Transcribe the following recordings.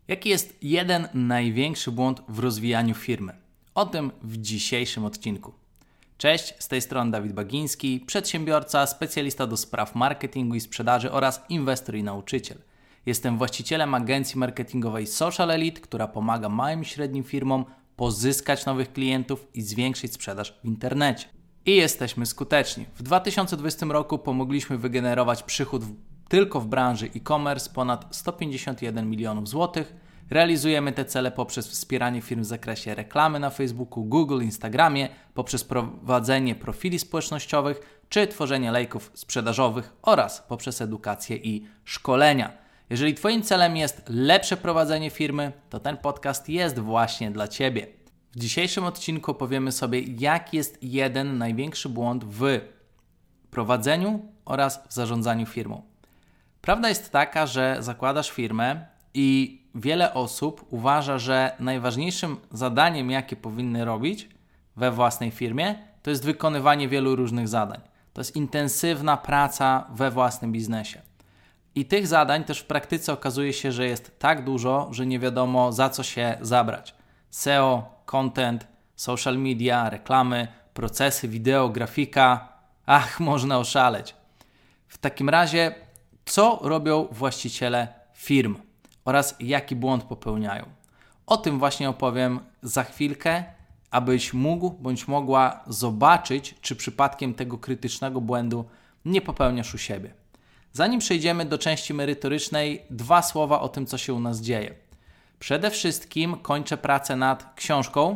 Jaki jest jeden największy błąd w rozwijaniu firmy? O tym w dzisiejszym odcinku. Cześć, z tej strony Dawid Bagiński, przedsiębiorca, specjalista do spraw marketingu i sprzedaży oraz inwestor i nauczyciel. Jestem właścicielem agencji marketingowej Social Elite, która pomaga małym i średnim firmom pozyskać nowych klientów i zwiększyć sprzedaż w internecie. I jesteśmy skuteczni. W 2020 roku pomogliśmy wygenerować przychód tylko w branży e-commerce ponad 151 milionów złotych. Realizujemy te cele poprzez wspieranie firm w zakresie reklamy na Facebooku, Google, Instagramie, poprzez prowadzenie profili społecznościowych czy tworzenie lejków sprzedażowych oraz poprzez edukację i szkolenia. Jeżeli Twoim celem jest lepsze prowadzenie firmy, to ten podcast jest właśnie dla Ciebie. W dzisiejszym odcinku powiemy sobie, jaki jest jeden największy błąd w prowadzeniu oraz w zarządzaniu firmą. Prawda jest taka, że zakładasz firmę i wiele osób uważa, że najważniejszym zadaniem, jakie powinny robić we własnej firmie, to jest wykonywanie wielu różnych zadań. To jest intensywna praca we własnym biznesie. I tych zadań też w praktyce okazuje się, że jest tak dużo, że nie wiadomo, za co się zabrać. SEO, content, social media, reklamy, procesy, wideo, grafika. Można oszaleć. W takim razie, co robią właściciele firm oraz jaki błąd popełniają? O tym właśnie opowiem za chwilkę, abyś mógł bądź mogła zobaczyć, czy przypadkiem tego krytycznego błędu nie popełniasz u siebie. Zanim przejdziemy do części merytorycznej, 2 słowa o tym, co się u nas dzieje. Przede wszystkim kończę pracę nad książką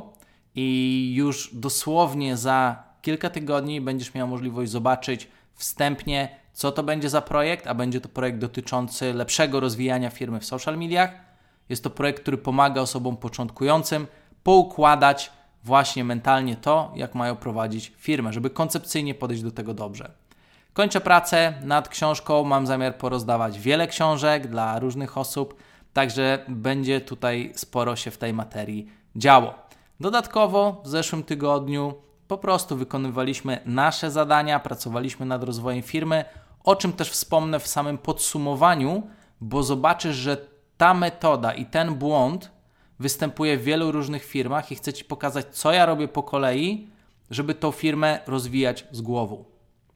i już dosłownie za kilka tygodni będziesz miał możliwość zobaczyć wstępnie, co to będzie za projekt, a będzie to projekt dotyczący lepszego rozwijania firmy w social mediach. Jest to projekt, który pomaga osobom początkującym poukładać właśnie mentalnie to, jak mają prowadzić firmę, żeby koncepcyjnie podejść do tego dobrze. Kończę pracę nad książką, mam zamiar porozdawać wiele książek dla różnych osób, także będzie tutaj sporo się w tej materii działo. Dodatkowo w zeszłym tygodniu po prostu wykonywaliśmy nasze zadania, pracowaliśmy nad rozwojem firmy, o czym też wspomnę w samym podsumowaniu, bo zobaczysz, że ta metoda i ten błąd występuje w wielu różnych firmach i chcę Ci pokazać, co ja robię po kolei, żeby tą firmę rozwijać z głową.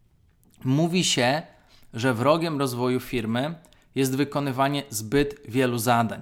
Mówi się, że wrogiem rozwoju firmy jest wykonywanie zbyt wielu zadań.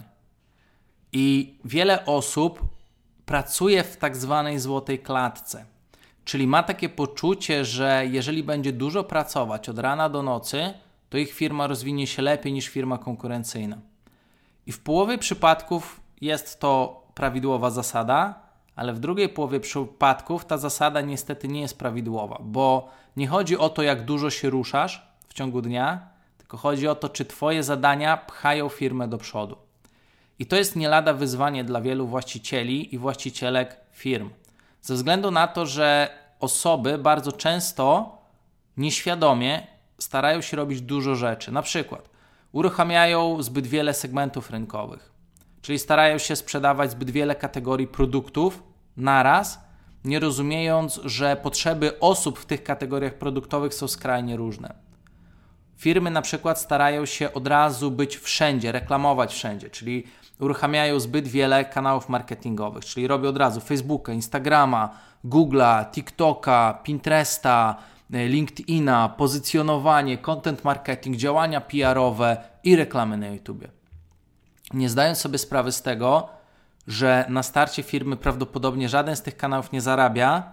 I wiele osób pracuje w tak zwanej złotej klatce. Czyli ma takie poczucie, że jeżeli będzie dużo pracować od rana do nocy, to ich firma rozwinie się lepiej niż firma konkurencyjna. I w połowie przypadków jest to prawidłowa zasada, ale w drugiej połowie przypadków ta zasada niestety nie jest prawidłowa, bo nie chodzi o to, jak dużo się ruszasz w ciągu dnia, tylko chodzi o to, czy Twoje zadania pchają firmę do przodu. I to jest nie lada wyzwanie dla wielu właścicieli i właścicielek firm. Ze względu na to, że osoby bardzo często nieświadomie starają się robić dużo rzeczy. Na przykład uruchamiają zbyt wiele segmentów rynkowych, czyli starają się sprzedawać zbyt wiele kategorii produktów naraz, nie rozumiejąc, że potrzeby osób w tych kategoriach produktowych są skrajnie różne. Firmy na przykład starają się od razu być wszędzie, reklamować wszędzie, czyli uruchamiają zbyt wiele kanałów marketingowych, czyli robią od razu Facebooka, Instagrama, Google'a, TikToka, Pinteresta, LinkedIna, pozycjonowanie, content marketing, działania PR-owe i reklamy na YouTubie. Nie zdając sobie sprawy z tego, że na starcie firmy prawdopodobnie żaden z tych kanałów nie zarabia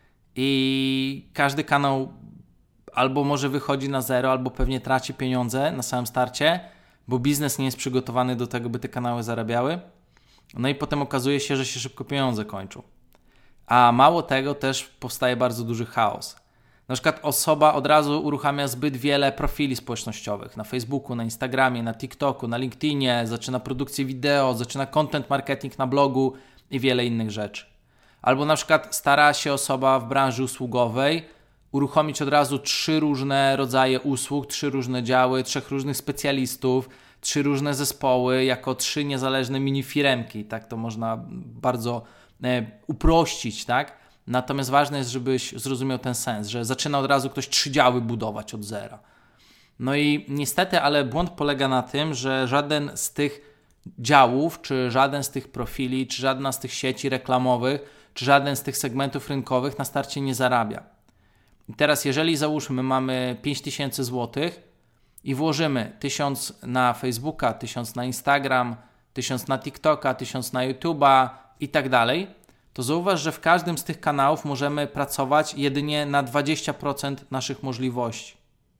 i każdy kanał albo może wychodzi na zero, albo pewnie traci pieniądze na samym starcie, bo biznes nie jest przygotowany do tego, by te kanały zarabiały. No i potem okazuje się, że się szybko pieniądze kończą. A mało tego, też powstaje bardzo duży chaos. Na przykład osoba od razu uruchamia zbyt wiele profili społecznościowych na Facebooku, na Instagramie, na TikToku, na LinkedInie, zaczyna produkcję wideo, zaczyna content marketing na blogu i wiele innych rzeczy. Albo na przykład stara się osoba w branży usługowej uruchomić od razu 3 różne rodzaje usług, 3 różne działy, 3 różnych specjalistów, 3 różne zespoły, jako 3 niezależne minifiremki. Tak to można bardzo uprościć, tak? Natomiast ważne jest, żebyś zrozumiał ten sens, że zaczyna od razu ktoś 3 działy budować od zera. No i niestety, ale błąd polega na tym, że żaden z tych działów, czy żaden z tych profili, czy żadna z tych sieci reklamowych, czy żaden z tych segmentów rynkowych na starcie nie zarabia. I teraz jeżeli załóżmy mamy 5000 zł i włożymy 1000 na Facebooka, 1000 na Instagram, 1000 na TikToka, 1000 na YouTube'a i tak dalej, to zauważ, że w każdym z tych kanałów możemy pracować jedynie na 20% naszych możliwości.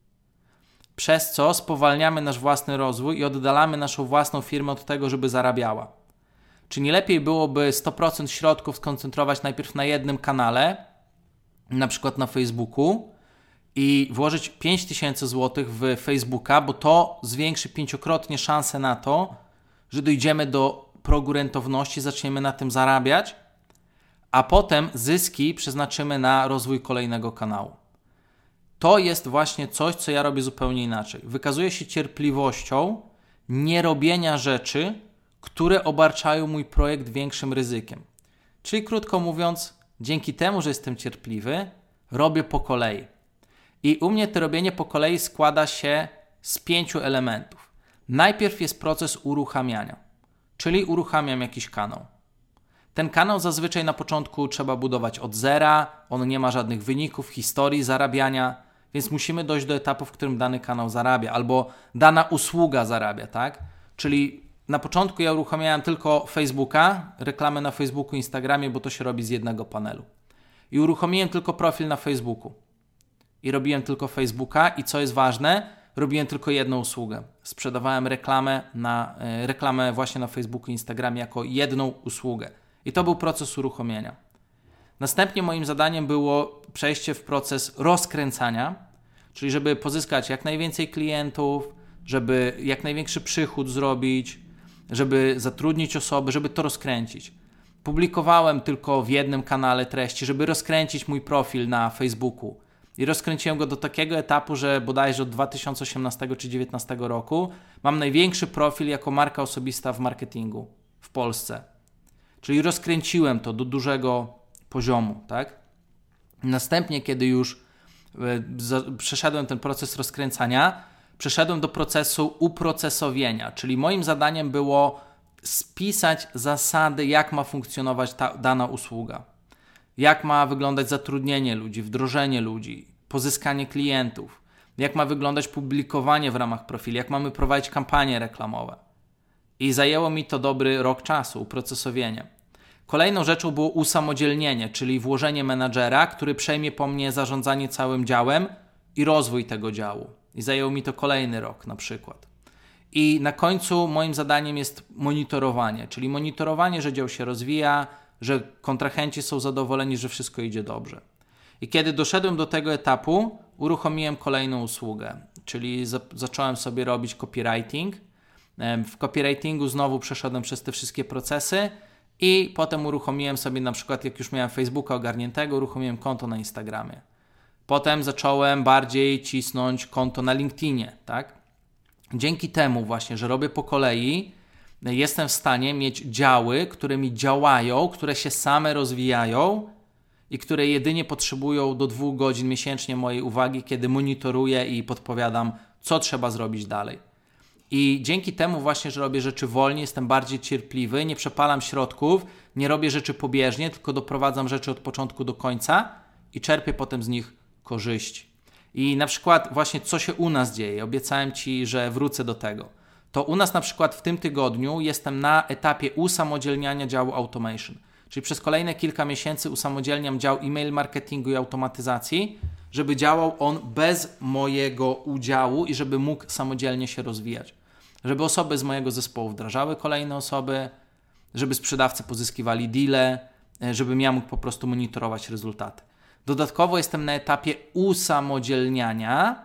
Przez co spowalniamy nasz własny rozwój i oddalamy naszą własną firmę od tego, żeby zarabiała. Czy nie lepiej byłoby 100% środków skoncentrować najpierw na jednym kanale, na przykład na Facebooku, i włożyć 5000 zł w Facebooka, bo to zwiększy 5-krotnie szanse na to, że dojdziemy do progu rentowności, zaczniemy na tym zarabiać, a potem zyski przeznaczymy na rozwój kolejnego kanału. To jest właśnie coś, co ja robię zupełnie inaczej. Wykazuję się cierpliwością nie robienia rzeczy, które obarczają mój projekt większym ryzykiem. Czyli krótko mówiąc, dzięki temu, że jestem cierpliwy, robię po kolei. I u mnie to robienie po kolei składa się z 5 elementów. Najpierw jest proces uruchamiania, czyli uruchamiam jakiś kanał. Ten kanał zazwyczaj na początku trzeba budować od zera, on nie ma żadnych wyników, historii zarabiania, więc musimy dojść do etapu, w którym dany kanał zarabia, albo dana usługa zarabia, tak? Czyli na początku ja uruchamiałem tylko Facebooka, reklamę na Facebooku, Instagramie, bo to się robi z jednego panelu. I uruchomiłem tylko profil na Facebooku. I robiłem tylko Facebooka i co jest ważne, robiłem tylko jedną usługę. Sprzedawałem reklamę właśnie na Facebooku i Instagramie jako jedną usługę. I to był proces uruchomienia. Następnie moim zadaniem było przejście w proces rozkręcania, czyli żeby pozyskać jak najwięcej klientów, żeby jak największy przychód zrobić, żeby zatrudnić osoby, żeby to rozkręcić. Publikowałem tylko w jednym kanale treści, żeby rozkręcić mój profil na Facebooku. I rozkręciłem go do takiego etapu, że bodajże od 2018 czy 2019 roku mam największy profil jako marka osobista w marketingu w Polsce. Czyli rozkręciłem to do dużego poziomu, tak? Następnie, kiedy już przeszedłem ten proces rozkręcania, przeszedłem do procesu uprocesowienia, czyli moim zadaniem było spisać zasady, jak ma funkcjonować dana usługa. Jak ma wyglądać zatrudnienie ludzi, wdrożenie ludzi, pozyskanie klientów, jak ma wyglądać publikowanie w ramach profili, jak mamy prowadzić kampanie reklamowe. I zajęło mi to dobry rok czasu, uprocesowienie. Kolejną rzeczą było usamodzielnienie, czyli włożenie menadżera, który przejmie po mnie zarządzanie całym działem i rozwój tego działu. I zajęło mi to kolejny rok na przykład. I na końcu moim zadaniem jest monitorowanie, czyli monitorowanie, że dział się rozwija, że kontrahenci są zadowoleni, że wszystko idzie dobrze. I kiedy doszedłem do tego etapu, uruchomiłem kolejną usługę, czyli zacząłem sobie robić copywriting. W copywritingu znowu przeszedłem przez te wszystkie procesy i potem uruchomiłem sobie na przykład, jak już miałem Facebooka ogarniętego, uruchomiłem konto na Instagramie. Potem zacząłem bardziej cisnąć konto na LinkedInie, tak? Dzięki temu właśnie, że robię po kolei, jestem w stanie mieć działy, które mi działają, które się same rozwijają i które jedynie potrzebują do 2 godzin miesięcznie mojej uwagi, kiedy monitoruję i podpowiadam, co trzeba zrobić dalej. I dzięki temu właśnie, że robię rzeczy wolniej, jestem bardziej cierpliwy, nie przepalam środków, nie robię rzeczy pobieżnie, tylko doprowadzam rzeczy od początku do końca i czerpię potem z nich korzyści. I na przykład właśnie co się u nas dzieje, obiecałem Ci, że wrócę do tego. To u nas na przykład w tym tygodniu jestem na etapie usamodzielniania działu automation. Czyli przez kolejne kilka miesięcy usamodzielniam dział e-mail marketingu i automatyzacji, żeby działał on bez mojego udziału i żeby mógł samodzielnie się rozwijać. Żeby osoby z mojego zespołu wdrażały kolejne osoby, żeby sprzedawcy pozyskiwali deale, żebym ja mógł po prostu monitorować rezultaty. Dodatkowo jestem na etapie usamodzielniania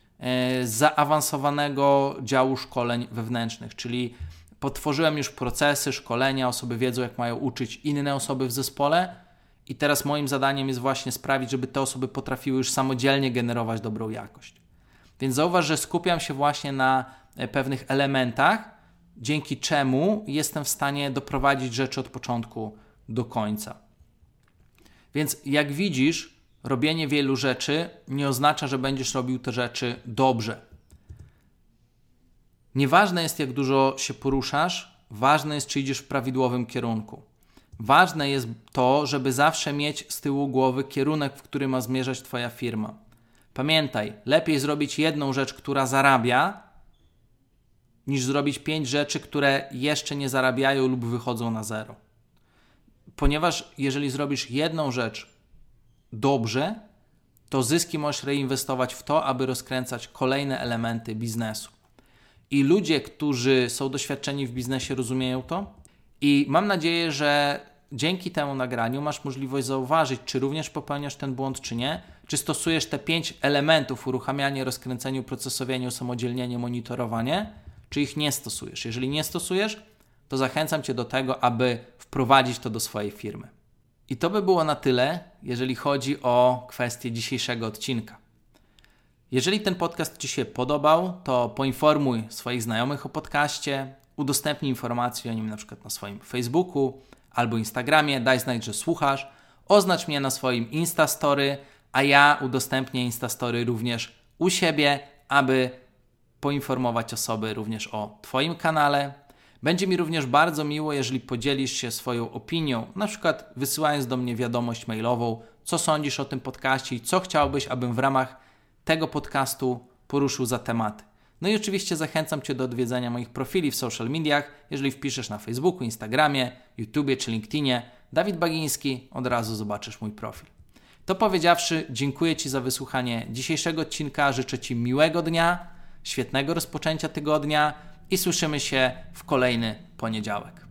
zaawansowanego działu szkoleń wewnętrznych, czyli potworzyłem już procesy, szkolenia, osoby wiedzą, jak mają uczyć inne osoby w zespole i teraz moim zadaniem jest właśnie sprawić, żeby te osoby potrafiły już samodzielnie generować dobrą jakość. Więc zauważ, że skupiam się właśnie na pewnych elementach, dzięki czemu jestem w stanie doprowadzić rzeczy od początku do końca. Więc jak widzisz, robienie wielu rzeczy nie oznacza, że będziesz robił te rzeczy dobrze. Nieważne jest, jak dużo się poruszasz, ważne jest, czy idziesz w prawidłowym kierunku. Ważne jest to, żeby zawsze mieć z tyłu głowy kierunek, w który ma zmierzać Twoja firma. Pamiętaj, lepiej zrobić jedną rzecz, która zarabia, niż zrobić 5 rzeczy, które jeszcze nie zarabiają lub wychodzą na zero. Ponieważ jeżeli zrobisz jedną rzecz dobrze, to zyski możesz reinwestować w to, aby rozkręcać kolejne elementy biznesu. I ludzie, którzy są doświadczeni w biznesie, rozumieją to. I mam nadzieję, że dzięki temu nagraniu masz możliwość zauważyć, czy również popełniasz ten błąd, czy nie. Czy stosujesz te 5 elementów: uruchamianie, rozkręceniu, procesowieniu, samodzielnienie, monitorowanie, czy ich nie stosujesz. Jeżeli nie stosujesz, to zachęcam Cię do tego, aby wprowadzić to do swojej firmy. I to by było na tyle, jeżeli chodzi o kwestię dzisiejszego odcinka. Jeżeli ten podcast Ci się podobał, to poinformuj swoich znajomych o podcaście, udostępnij informacje o nim na przykład na swoim Facebooku albo Instagramie, daj znać, że słuchasz, oznacz mnie na swoim Instastory, a ja udostępnię Instastory również u siebie, aby poinformować osoby również o Twoim kanale. Będzie mi również bardzo miło, jeżeli podzielisz się swoją opinią, na przykład wysyłając do mnie wiadomość mailową, co sądzisz o tym podcaście i co chciałbyś, abym w ramach tego podcastu poruszył za tematy. No i oczywiście zachęcam Cię do odwiedzania moich profili w social mediach. Jeżeli wpiszesz na Facebooku, Instagramie, YouTubie czy LinkedInie Dawid Bagiński, od razu zobaczysz mój profil. To powiedziawszy, dziękuję Ci za wysłuchanie dzisiejszego odcinka. Życzę Ci miłego dnia, świetnego rozpoczęcia tygodnia i słyszymy się w kolejny poniedziałek.